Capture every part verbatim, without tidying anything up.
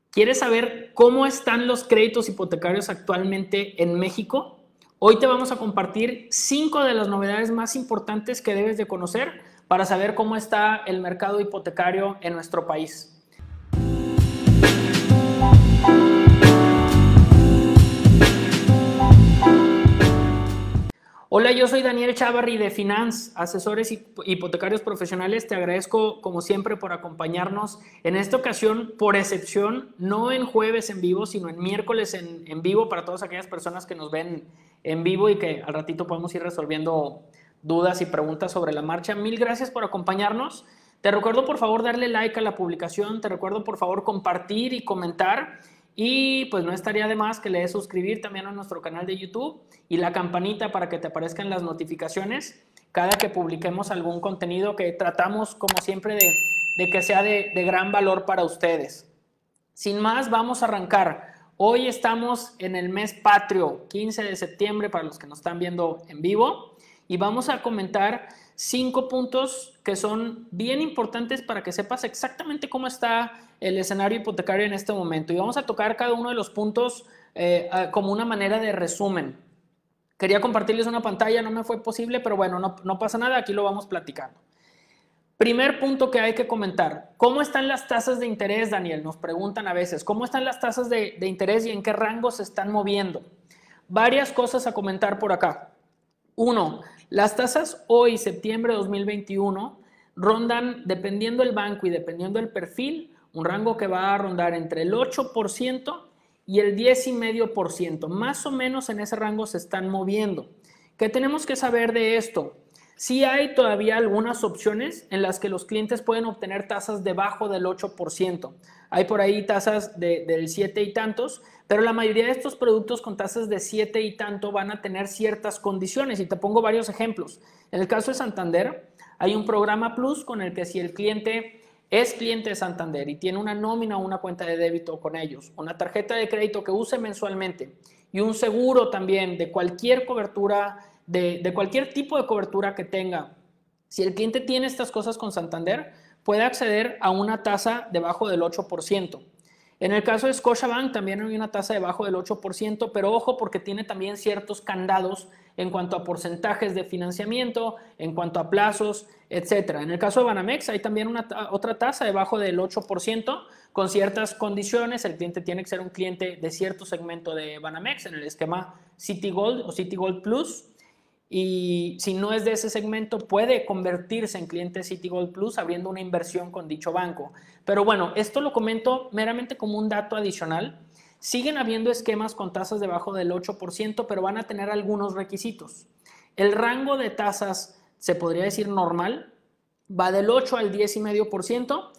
¿Quieres saber cómo están los créditos hipotecarios actualmente en México? Hoy te vamos a compartir cinco de las novedades más importantes que debes de conocer para saber cómo está el mercado hipotecario en nuestro país. Hola, yo soy Daniel Chávarri de Finance, asesores hipotecarios profesionales. Te agradezco como siempre por acompañarnos en esta ocasión, por excepción, no en jueves en vivo, sino en miércoles en, en vivo para todas aquellas personas que nos ven en vivo y que al ratito podemos ir resolviendo dudas y preguntas sobre la marcha. Mil gracias por acompañarnos. Te recuerdo por favor darle like a la publicación, te recuerdo por favor compartir y comentar. Y pues no estaría de más que le des suscribir también a nuestro canal de YouTube y la campanita para que te aparezcan las notificaciones cada que publiquemos algún contenido que tratamos como siempre de, de que sea de, de gran valor para ustedes. Sin más, vamos a arrancar. Hoy estamos en el mes patrio, quince de septiembre para los que nos están viendo en vivo, y vamos a comentar cinco puntos que son bien importantes para que sepas exactamente cómo está el escenario hipotecario en este momento. Y vamos a tocar cada uno de los puntos eh, como una manera de resumen. Quería compartirles una pantalla, no me fue posible, pero bueno, no, no pasa nada, aquí lo vamos platicando. Primer punto que hay que comentar, ¿cómo están las tasas de interés, Daniel? Nos preguntan a veces, ¿cómo están las tasas de, de interés y en qué rango se están moviendo? Varias cosas a comentar por acá. Uno, las tasas hoy, septiembre de dos mil veintiuno, rondan, dependiendo del banco y dependiendo del perfil, un rango que va a rondar entre el ocho por ciento y el diez coma cinco por ciento. Más o menos en ese rango se están moviendo. ¿Qué tenemos que saber de esto? Sí hay todavía algunas opciones en las que los clientes pueden obtener tasas debajo del ocho por ciento. Hay por ahí tasas de, del siete y tantos, pero la mayoría de estos productos con tasas de siete y tanto van a tener ciertas condiciones y te pongo varios ejemplos. En el caso de Santander, hay un programa Plus con el que si el cliente es cliente de Santander y tiene una nómina o una cuenta de débito con ellos, una tarjeta de crédito que use mensualmente y un seguro también de cualquier cobertura, de, de cualquier tipo de cobertura que tenga, si el cliente tiene estas cosas con Santander, puede acceder a una tasa debajo del ocho por ciento. En el caso de Scotiabank también hay una tasa debajo del ocho por ciento, pero ojo porque tiene también ciertos candados en cuanto a porcentajes de financiamiento, en cuanto a plazos, etcétera. En el caso de Banamex hay también una otra tasa debajo del ocho por ciento con ciertas condiciones. El cliente tiene que ser un cliente de cierto segmento de Banamex en el esquema Citigold o Citigold Plus. Y si no es de ese segmento, puede convertirse en cliente Citigold Plus abriendo una inversión con dicho banco. Pero bueno, esto lo comento meramente como un dato adicional. Siguen habiendo esquemas con tasas debajo del ocho por ciento, pero van a tener algunos requisitos. El rango de tasas, se podría decir normal, va del ocho al diez coma cinco por ciento.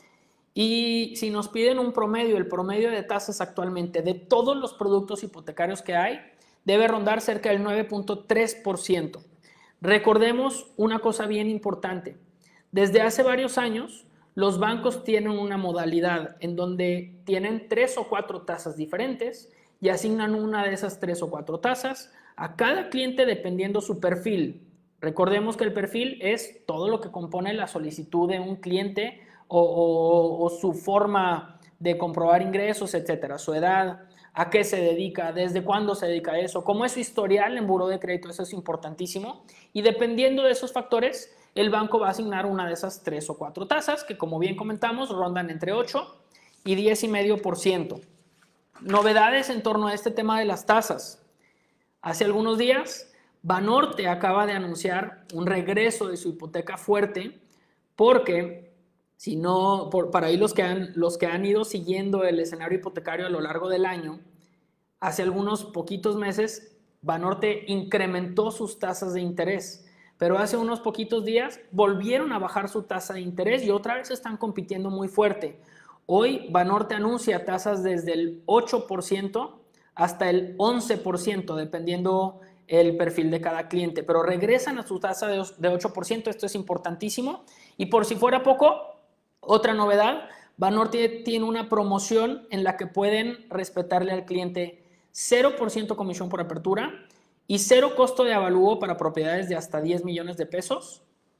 Y si nos piden un promedio, el promedio de tasas actualmente de todos los productos hipotecarios que hay, debe rondar cerca del nueve punto tres por ciento. Recordemos una cosa bien importante. Desde hace varios años, los bancos tienen una modalidad en donde tienen tres o cuatro tasas diferentes y asignan una de esas tres o cuatro tasas a cada cliente dependiendo su perfil. Recordemos que el perfil es todo lo que compone la solicitud de un cliente o, o, o su forma de comprobar ingresos, etcétera, su edad, a qué se dedica, desde cuándo se dedica a eso, cómo es su historial en buró de crédito, eso es importantísimo. Y dependiendo de esos factores, el banco va a asignar una de esas tres o cuatro tasas, que como bien comentamos, rondan entre ocho y diez coma cinco por ciento. Novedades en torno a este tema de las tasas. Hace algunos días, Banorte acaba de anunciar un regreso de su hipoteca fuerte, porque si no, por, para ahí los que, han, los que han ido siguiendo el escenario hipotecario a lo largo del año, hace algunos poquitos meses, Banorte incrementó sus tasas de interés, pero hace unos poquitos días volvieron a bajar su tasa de interés y otra vez están compitiendo muy fuerte. Hoy Banorte anuncia tasas desde el ocho por ciento hasta el once por ciento, dependiendo el perfil de cada cliente, pero regresan a su tasa de ocho por ciento, esto es importantísimo. Y por si fuera poco, otra novedad, Banorte tiene una promoción en la que pueden respetarle al cliente cero por ciento comisión por apertura y cero costo de avalúo para propiedades de hasta diez millones de pesos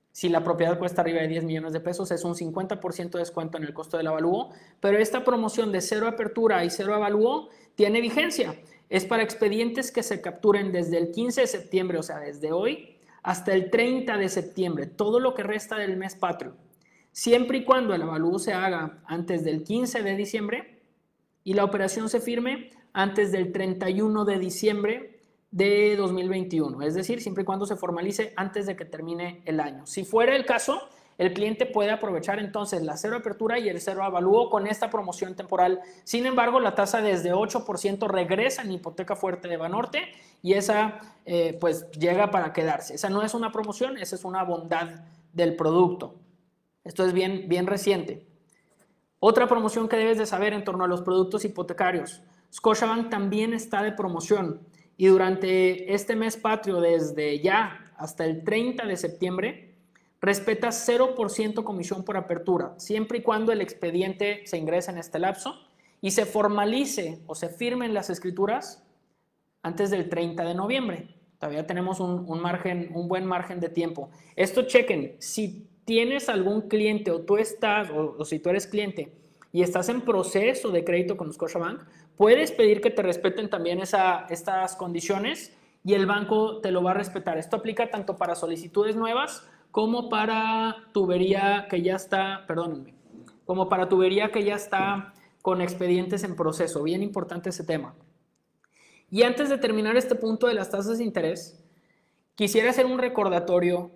Si la propiedad cuesta arriba de diez millones de pesos, es un cincuenta por ciento de descuento en el costo del avalúo, pero esta promoción de cero apertura y cero avalúo tiene vigencia. Es para expedientes que se capturen desde el quince de septiembre, o sea, desde hoy, hasta el treinta de septiembre, todo lo que resta del mes patrio, siempre y cuando el avalúo se haga antes del quince de diciembre y la operación se firme antes del treinta y uno de diciembre de dos mil veintiuno, es decir, siempre y cuando se formalice antes de que termine el año. Si fuera el caso, el cliente puede aprovechar entonces la cero apertura y el cero avalúo con esta promoción temporal. Sin embargo, la tasa desde ocho por ciento regresa en hipoteca fuerte de Banorte y esa eh, pues llega para quedarse. Esa no es una promoción, esa es una bondad del producto. Esto es bien, bien reciente. Otra promoción que debes de saber en torno a los productos hipotecarios. Scotiabank también está de promoción. Y durante este mes patrio, desde ya hasta el treinta de septiembre, respeta cero por ciento comisión por apertura, siempre y cuando el expediente se ingrese en este lapso y se formalice o se firmen las escrituras antes del treinta de noviembre. Todavía tenemos un, un, margen, un buen margen de tiempo. Esto chequen, si tienes algún cliente o tú estás, o, o si tú eres cliente y estás en proceso de crédito con Scotiabank, puedes pedir que te respeten también esa, estas condiciones y el banco te lo va a respetar. Esto aplica tanto para solicitudes nuevas como para tubería que ya está, perdónenme, como para tubería que ya está con expedientes en proceso. Bien importante ese tema. Y antes de terminar este punto de las tasas de interés, quisiera hacer un recordatorio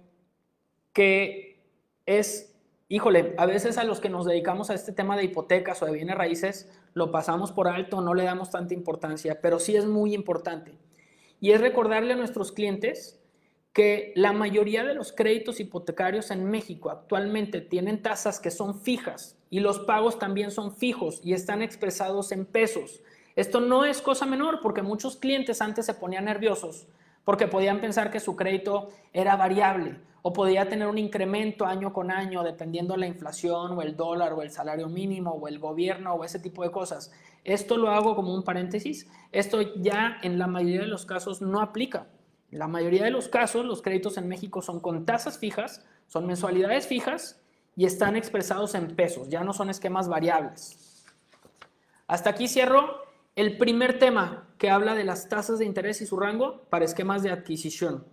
que es... Híjole, a veces a los que nos dedicamos a este tema de hipotecas o de bienes raíces lo pasamos por alto, no le damos tanta importancia, pero sí es muy importante. Y es recordarle a nuestros clientes que la mayoría de los créditos hipotecarios en México actualmente tienen tasas que son fijas y los pagos también son fijos y están expresados en pesos. Esto no es cosa menor porque muchos clientes antes se ponían nerviosos porque podían pensar que su crédito era variable o podía tener un incremento año con año dependiendo de la inflación o el dólar o el salario mínimo o el gobierno o ese tipo de cosas. Esto lo hago como un paréntesis. Esto ya en la mayoría de los casos no aplica. En la mayoría de los casos los créditos en México son con tasas fijas, son mensualidades fijas y están expresados en pesos, ya no son esquemas variables. Hasta aquí cierro el primer tema que habla de las tasas de interés y su rango para esquemas de adquisición.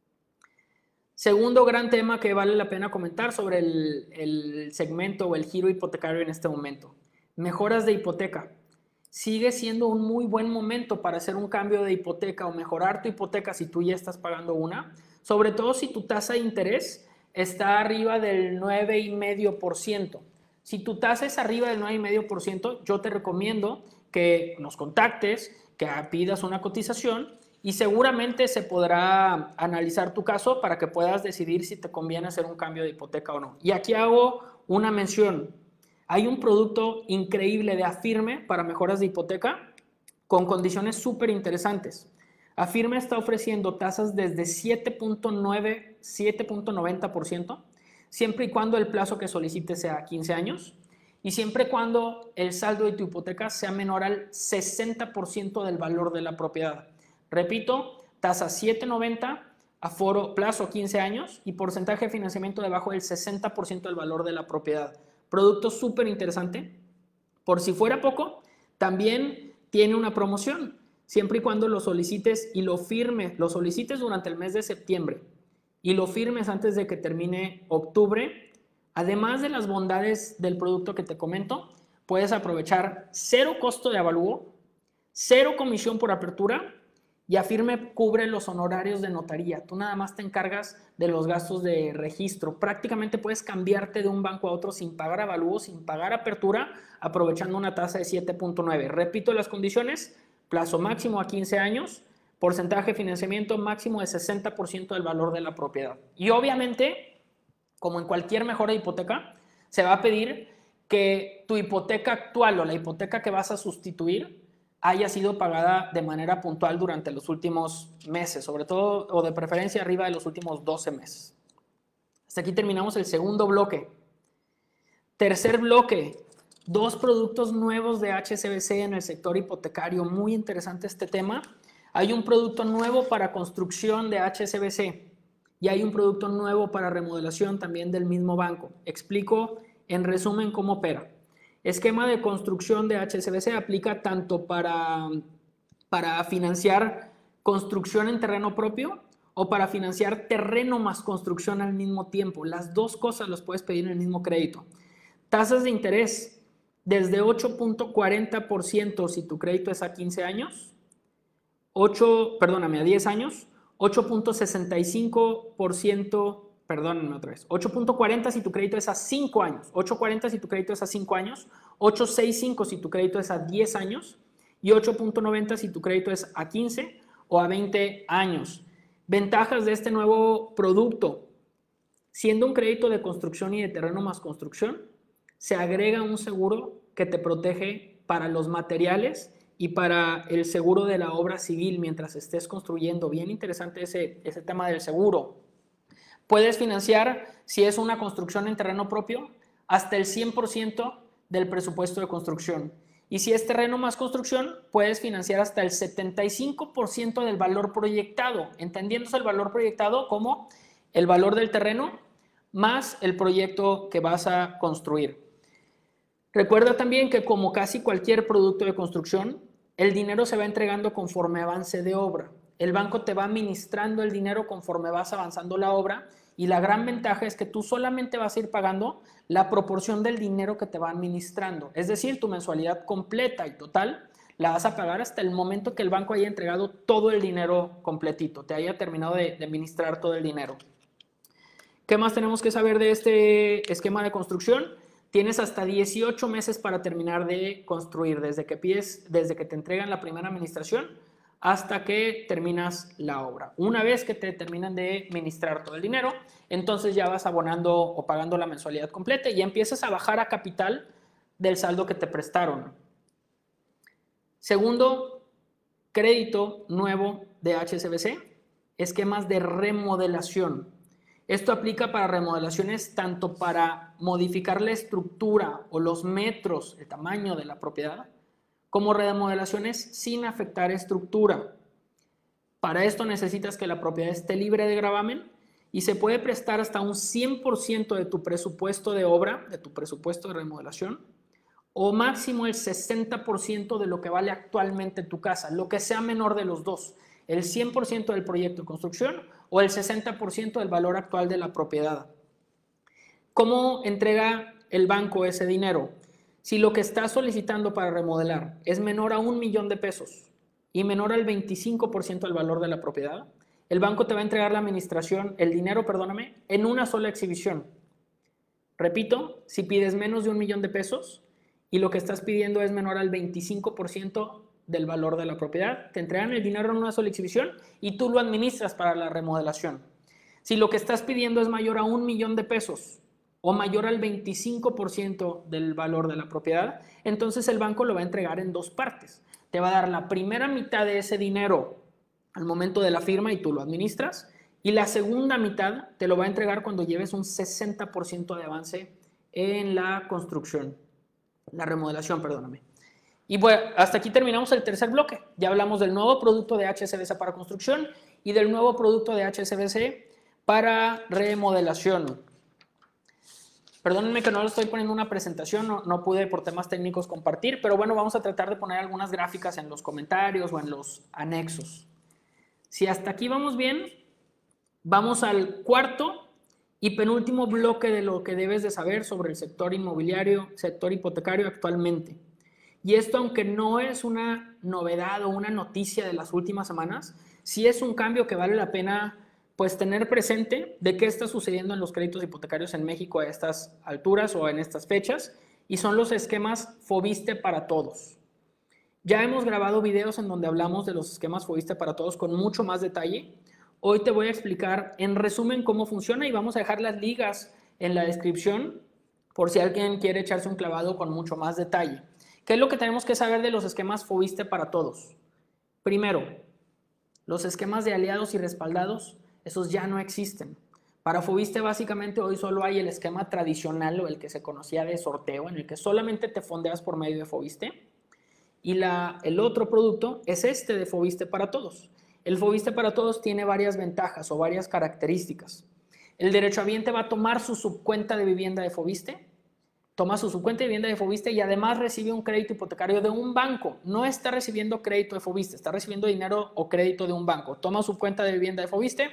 Segundo gran tema que vale la pena comentar sobre el, el segmento o el giro hipotecario en este momento. Mejoras de hipoteca. Sigue siendo un muy buen momento para hacer un cambio de hipoteca o mejorar tu hipoteca si tú ya estás pagando una, sobre todo si tu tasa de interés está arriba del nueve coma cinco por ciento. Si tu tasa es arriba del nueve coma cinco por ciento, yo te recomiendo que nos contactes, que pidas una cotización y seguramente se podrá analizar tu caso para que puedas decidir si te conviene hacer un cambio de hipoteca o no. Y aquí hago una mención. Hay un producto increíble de Afirme para mejoras de hipoteca con condiciones súper interesantes. Afirme está ofreciendo tasas desde siete punto nueve, siete punto noventa por ciento, siempre y cuando el plazo que solicites sea quince años y siempre y cuando el saldo de tu hipoteca sea menor al sesenta por ciento del valor de la propiedad. Repito, tasa siete punto noventa, aforo, plazo quince años y porcentaje de financiamiento debajo del sesenta por ciento del valor de la propiedad. Producto súper interesante. Por si fuera poco, también tiene una promoción, siempre y cuando lo solicites y lo firmes, lo solicites durante el mes de septiembre y lo firmes antes de que termine octubre. Además de las bondades del producto que te comento, puedes aprovechar cero costo de avalúo, cero comisión por apertura y Afirme cubre los honorarios de notaría. Tú nada más te encargas de los gastos de registro. Prácticamente puedes cambiarte de un banco a otro sin pagar avalúo, sin pagar apertura, aprovechando una tasa de siete punto nueve. Repito las condiciones: plazo máximo a quince años, porcentaje de financiamiento máximo de sesenta por ciento del valor de la propiedad. Y obviamente, como en cualquier mejora de hipoteca, se va a pedir que tu hipoteca actual o la hipoteca que vas a sustituir haya sido pagada de manera puntual durante los últimos meses, sobre todo o de preferencia arriba de los últimos doce meses. Hasta aquí terminamos el segundo bloque. Tercer bloque, dos productos nuevos de H S B C en el sector hipotecario. Muy interesante este tema. Hay un producto nuevo para construcción de H S B C y hay un producto nuevo para remodelación también del mismo banco. Explico en resumen cómo opera. Esquema de construcción de H S B C aplica tanto para, para financiar construcción en terreno propio o para financiar terreno más construcción al mismo tiempo. Las dos cosas las puedes pedir en el mismo crédito. Tasas de interés desde ocho punto cuarenta por ciento si tu crédito es a quince años, ocho, perdóname, a diez años, ocho punto sesenta y cinco por ciento, perdónenme otra vez, ocho punto cuarenta si tu crédito es a cinco años, ocho punto cuarenta si tu crédito es a cinco años, ocho punto sesenta y cinco si tu crédito es a diez años y ocho punto noventa si tu crédito es a quince o a veinte años. Ventajas de este nuevo producto. Siendo un crédito de construcción y de terreno más construcción, se agrega un seguro que te protege para los materiales y para el seguro de la obra civil mientras estés construyendo. Bien interesante ese, ese tema del seguro. Puedes financiar, si es una construcción en terreno propio, hasta el cien por ciento del presupuesto de construcción. Y si es terreno más construcción, puedes financiar hasta el setenta y cinco por ciento del valor proyectado, entendiéndose el valor proyectado como el valor del terreno más el proyecto que vas a construir. Recuerda también que como casi cualquier producto de construcción, el dinero se va entregando conforme avance de obra. El banco te va administrando el dinero conforme vas avanzando la obra y la gran ventaja es que tú solamente vas a ir pagando la proporción del dinero que te va administrando. Es decir, tu mensualidad completa y total la vas a pagar hasta el momento que el banco haya entregado todo el dinero completito, te haya terminado de, de administrar todo el dinero. ¿Qué más tenemos que saber de este esquema de construcción? Tienes hasta dieciocho meses para terminar de construir, desde que pides, desde que te entregan la primera administración hasta que terminas la obra. Una vez que te terminan de administrar todo el dinero, entonces ya vas abonando o pagando la mensualidad completa y ya empiezas a bajar a capital del saldo que te prestaron. Segundo, crédito nuevo de H S B C, esquemas de remodelación. Esto aplica para remodelaciones tanto para modificar la estructura o los metros, el tamaño de la propiedad, como remodelaciones sin afectar estructura. Para esto necesitas que la propiedad esté libre de gravamen y se puede prestar hasta un cien por ciento de tu presupuesto de obra, de tu presupuesto de remodelación, o máximo el sesenta por ciento de lo que vale actualmente tu casa, lo que sea menor de los dos, el cien por ciento del proyecto de construcción o el sesenta por ciento del valor actual de la propiedad. ¿Cómo entrega el banco ese dinero? Si lo que estás solicitando para remodelar es menor a un millón de pesos y menor al veinticinco por ciento del valor de la propiedad, el banco te va a entregar la administración, el dinero, perdóname, en una sola exhibición. Repito, si pides menos de un millón de pesos y lo que estás pidiendo es menor al veinticinco por ciento del valor de la propiedad, te entregan el dinero en una sola exhibición y tú lo administras para la remodelación. Si lo que estás pidiendo es mayor a un millón de pesos o mayor al veinticinco por ciento del valor de la propiedad, entonces el banco lo va a entregar en dos partes. Te va a dar la primera mitad de ese dinero al momento de la firma y tú lo administras, y la segunda mitad te lo va a entregar cuando lleves un sesenta por ciento de avance en la construcción, la remodelación, perdóname. Y bueno, hasta aquí terminamos el tercer bloque. Ya hablamos del nuevo producto de H S B C para construcción y del nuevo producto de H S B C para remodelación. Perdónenme que no lo estoy poniendo una presentación, no, no pude por temas técnicos compartir, pero bueno, vamos a tratar de poner algunas gráficas en los comentarios o en los anexos. Si hasta aquí vamos bien, vamos al cuarto y penúltimo bloque de lo que debes de saber sobre el sector inmobiliario, sector hipotecario actualmente. Y esto, aunque no es una novedad o una noticia de las últimas semanas, sí es un cambio que vale la pena pues tener presente de qué está sucediendo en los créditos hipotecarios en México a estas alturas o en estas fechas, y son los esquemas Foviste para todos. Ya hemos grabado videos en donde hablamos de los esquemas Foviste para todos con mucho más detalle. Hoy te voy a explicar en resumen cómo funciona y vamos a dejar las ligas en la descripción por si alguien quiere echarse un clavado con mucho más detalle. ¿Qué es lo que tenemos que saber de los esquemas Foviste para todos? Primero, los esquemas de aliados y respaldados, esos ya no existen. Para Foviste básicamente hoy solo hay el esquema tradicional o el que se conocía de sorteo, en el que solamente te fondeas por medio de Foviste. Y la, el otro producto es este de Foviste para todos, El Foviste para Todos tiene varias ventajas o varias características. El derechohabiente va a tomar su subcuenta de vivienda de Foviste, toma su subcuenta de vivienda de Foviste y además recibe un crédito hipotecario de un banco. No está recibiendo crédito de Foviste, está recibiendo dinero o crédito de un banco. Toma su cuenta de vivienda de Foviste,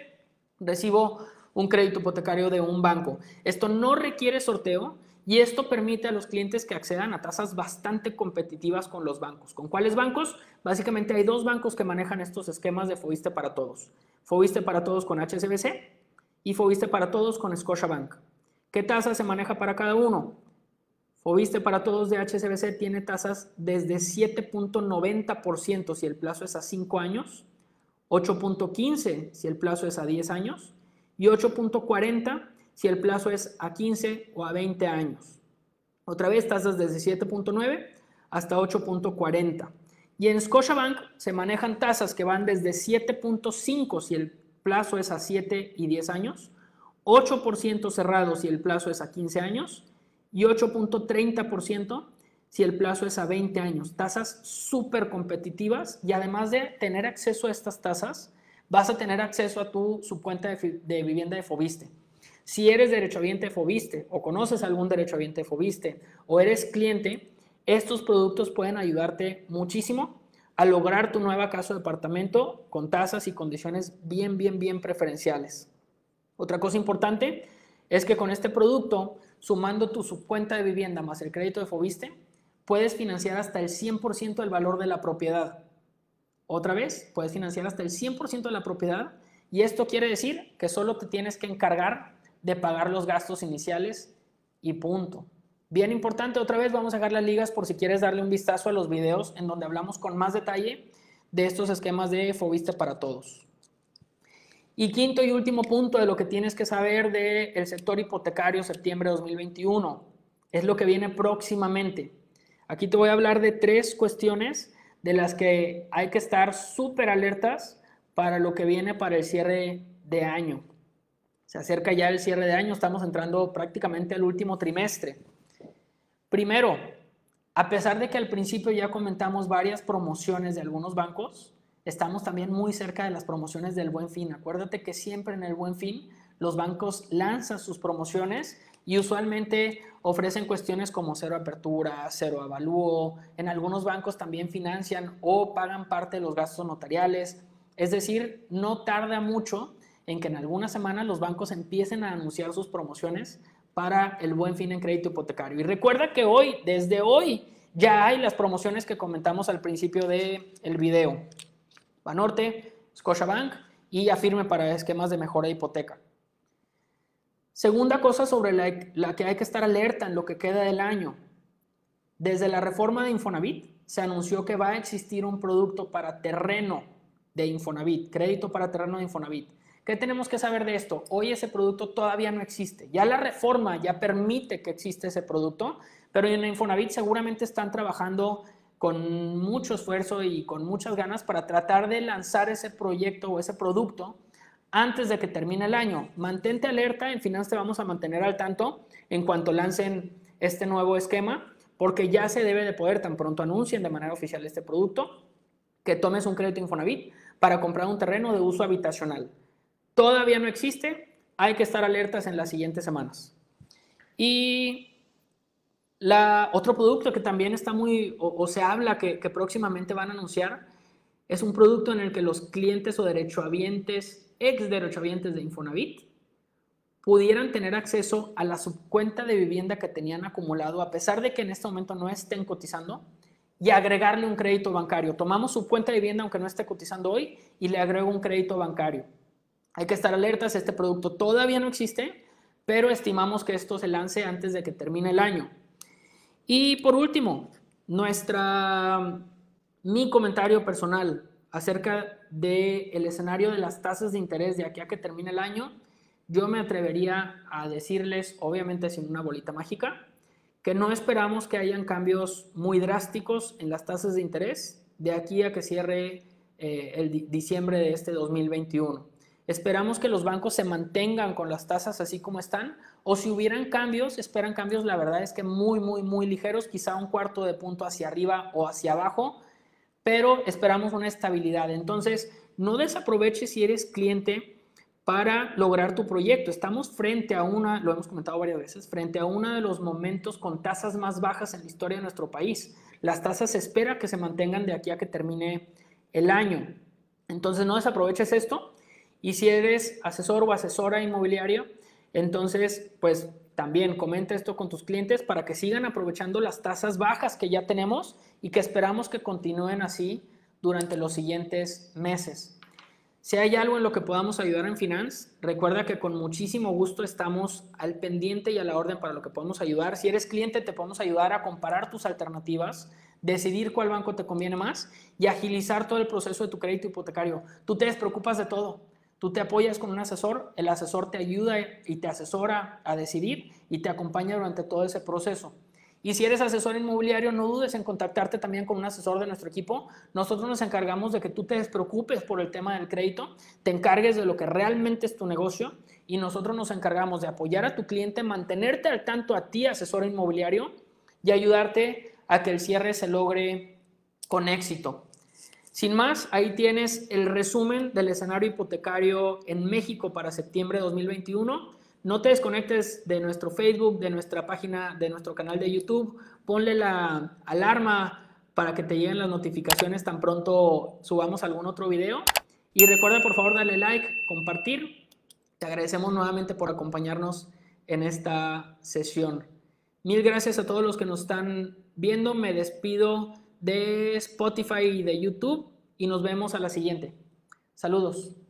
recibo un crédito hipotecario de un banco. Esto no requiere sorteo y esto permite a los clientes que accedan a tasas bastante competitivas con los bancos. ¿Con cuáles bancos? Básicamente hay dos bancos que manejan estos esquemas de Foviste para Todos. Foviste para Todos con H S B C y Foviste para Todos con Scotiabank. ¿Qué tasa se maneja para cada uno? Foviste para Todos de H S B C tiene tasas desde siete punto noventa por ciento si el plazo es a cinco años, ocho punto quince si el plazo es a diez años y ocho punto cuarenta si el plazo es a quince o a veinte años. Otra vez, tasas desde siete punto nueve hasta ocho punto cuarenta. Y en Scotiabank se manejan tasas que van desde siete punto cinco si el plazo es a siete y diez años, ocho por ciento cerrado si el plazo es a quince años y ocho punto treinta por ciento si el plazo es a veinte años. Tasas súper competitivas y además de tener acceso a estas tasas, vas a tener acceso a tu subcuenta de, de vivienda de Foviste. Si eres derechohabiente de Foviste o conoces algún derechohabiente de Foviste o eres cliente, estos productos pueden ayudarte muchísimo a lograr tu nueva casa o departamento con tasas y condiciones bien, bien, bien preferenciales. Otra cosa importante es que con este producto, sumando tu subcuenta de vivienda más el crédito de Foviste, puedes financiar hasta el cien por ciento del valor de la propiedad. Otra vez, puedes financiar hasta el cien por ciento de la propiedad y esto quiere decir que solo te tienes que encargar de pagar los gastos iniciales y punto. Bien importante, otra vez vamos a dejar las ligas por si quieres darle un vistazo a los videos en donde hablamos con más detalle de estos esquemas de Foviste para Todos. Y quinto y último punto de lo que tienes que saber del sector hipotecario septiembre de dos mil veintiuno es lo que viene próximamente. Aquí te voy a hablar de tres cuestiones de las que hay que estar súper alertas para lo que viene para el cierre de año. Se acerca ya el cierre de año, estamos entrando prácticamente al último trimestre. Primero, a pesar de que al principio ya comentamos varias promociones de algunos bancos, estamos también muy cerca de las promociones del Buen Fin. Acuérdate que siempre en el Buen Fin los bancos lanzan sus promociones y usualmente ofrecen cuestiones como cero apertura, cero avalúo. En algunos bancos también financian o pagan parte de los gastos notariales. Es decir, no tarda mucho en que en algunas semanas los bancos empiecen a anunciar sus promociones para el Buen Fin en crédito hipotecario. Y recuerda que hoy, desde hoy, ya hay las promociones que comentamos al principio del video. Banorte, Scotiabank y Afirme para esquemas de mejora de hipoteca. Segunda cosa sobre la, la que hay que estar alerta en lo que queda del año. Desde la reforma de Infonavit se anunció que va a existir un producto para terreno de Infonavit, crédito para terreno de Infonavit. ¿Qué tenemos que saber de esto? Hoy ese producto todavía no existe. Ya la reforma ya permite que exista ese producto, pero en Infonavit seguramente están trabajando con mucho esfuerzo y con muchas ganas para tratar de lanzar ese proyecto o ese producto antes de que termine el año. Mantente alerta, en Finance te vamos a mantener al tanto en cuanto lancen este nuevo esquema, porque ya se debe de poder, tan pronto anuncien de manera oficial este producto, que tomes un crédito Infonavit para comprar un terreno de uso habitacional. Todavía no existe, hay que estar alertas en las siguientes semanas. Y la, otro producto que también está muy, o, o se habla que, que próximamente van a anunciar, es un producto en el que los clientes o derechohabientes, ex derechohabientes de Infonavit, pudieran tener acceso a la subcuenta de vivienda que tenían acumulado, a pesar de que en este momento no estén cotizando, y agregarle un crédito bancario. Tomamos su cuenta de vivienda aunque no esté cotizando hoy y le agrego un crédito bancario. Hay que estar alertas, este producto todavía no existe, pero estimamos que esto se lance antes de que termine el año. Y por último, nuestra, mi comentario personal acerca del escenario de las tasas de interés de aquí a que termine el año. Yo me atrevería a decirles, obviamente sin una bolita mágica, que no esperamos que hayan cambios muy drásticos en las tasas de interés de aquí a que cierre eh, el diciembre de este dos mil veintiuno. Esperamos que los bancos se mantengan con las tasas así como están, o si hubieran cambios, esperan cambios, la verdad es que muy, muy, muy ligeros, quizá un cuarto de punto hacia arriba o hacia abajo, pero esperamos una estabilidad. Entonces, no desaproveches si eres cliente para lograr tu proyecto. Estamos frente a una, lo hemos comentado varias veces, frente a uno de los momentos con tasas más bajas en la historia de nuestro país. Las tasas se espera que se mantengan de aquí a que termine el año. Entonces, no desaproveches esto. Y si eres asesor o asesora inmobiliaria, entonces, pues también comenta esto con tus clientes para que sigan aprovechando las tasas bajas que ya tenemos y que esperamos que continúen así durante los siguientes meses. Si hay algo en lo que podamos ayudar en Finance, recuerda que con muchísimo gusto estamos al pendiente y a la orden para lo que podemos ayudar. Si eres cliente, te podemos ayudar a comparar tus alternativas, decidir cuál banco te conviene más y agilizar todo el proceso de tu crédito hipotecario. Tú te despreocupas de todo. Tú te apoyas con un asesor, el asesor te ayuda y te asesora a decidir y te acompaña durante todo ese proceso. Y si eres asesor inmobiliario, no dudes en contactarte también con un asesor de nuestro equipo. Nosotros nos encargamos de que tú te despreocupes por el tema del crédito, te encargues de lo que realmente es tu negocio y nosotros nos encargamos de apoyar a tu cliente, mantenerte al tanto a ti, asesor inmobiliario, y ayudarte a que el cierre se logre con éxito. Sin más, ahí tienes el resumen del escenario hipotecario en México para septiembre de dos mil veintiuno. No te desconectes de nuestro Facebook, de nuestra página, de nuestro canal de YouTube. Ponle la alarma para que te lleguen las notificaciones tan pronto subamos algún otro video. Y recuerda, por favor, darle like, compartir. Te agradecemos nuevamente por acompañarnos en esta sesión. Mil gracias a todos los que nos están viendo. Me despido de Spotify y de YouTube y nos vemos a la siguiente. Saludos.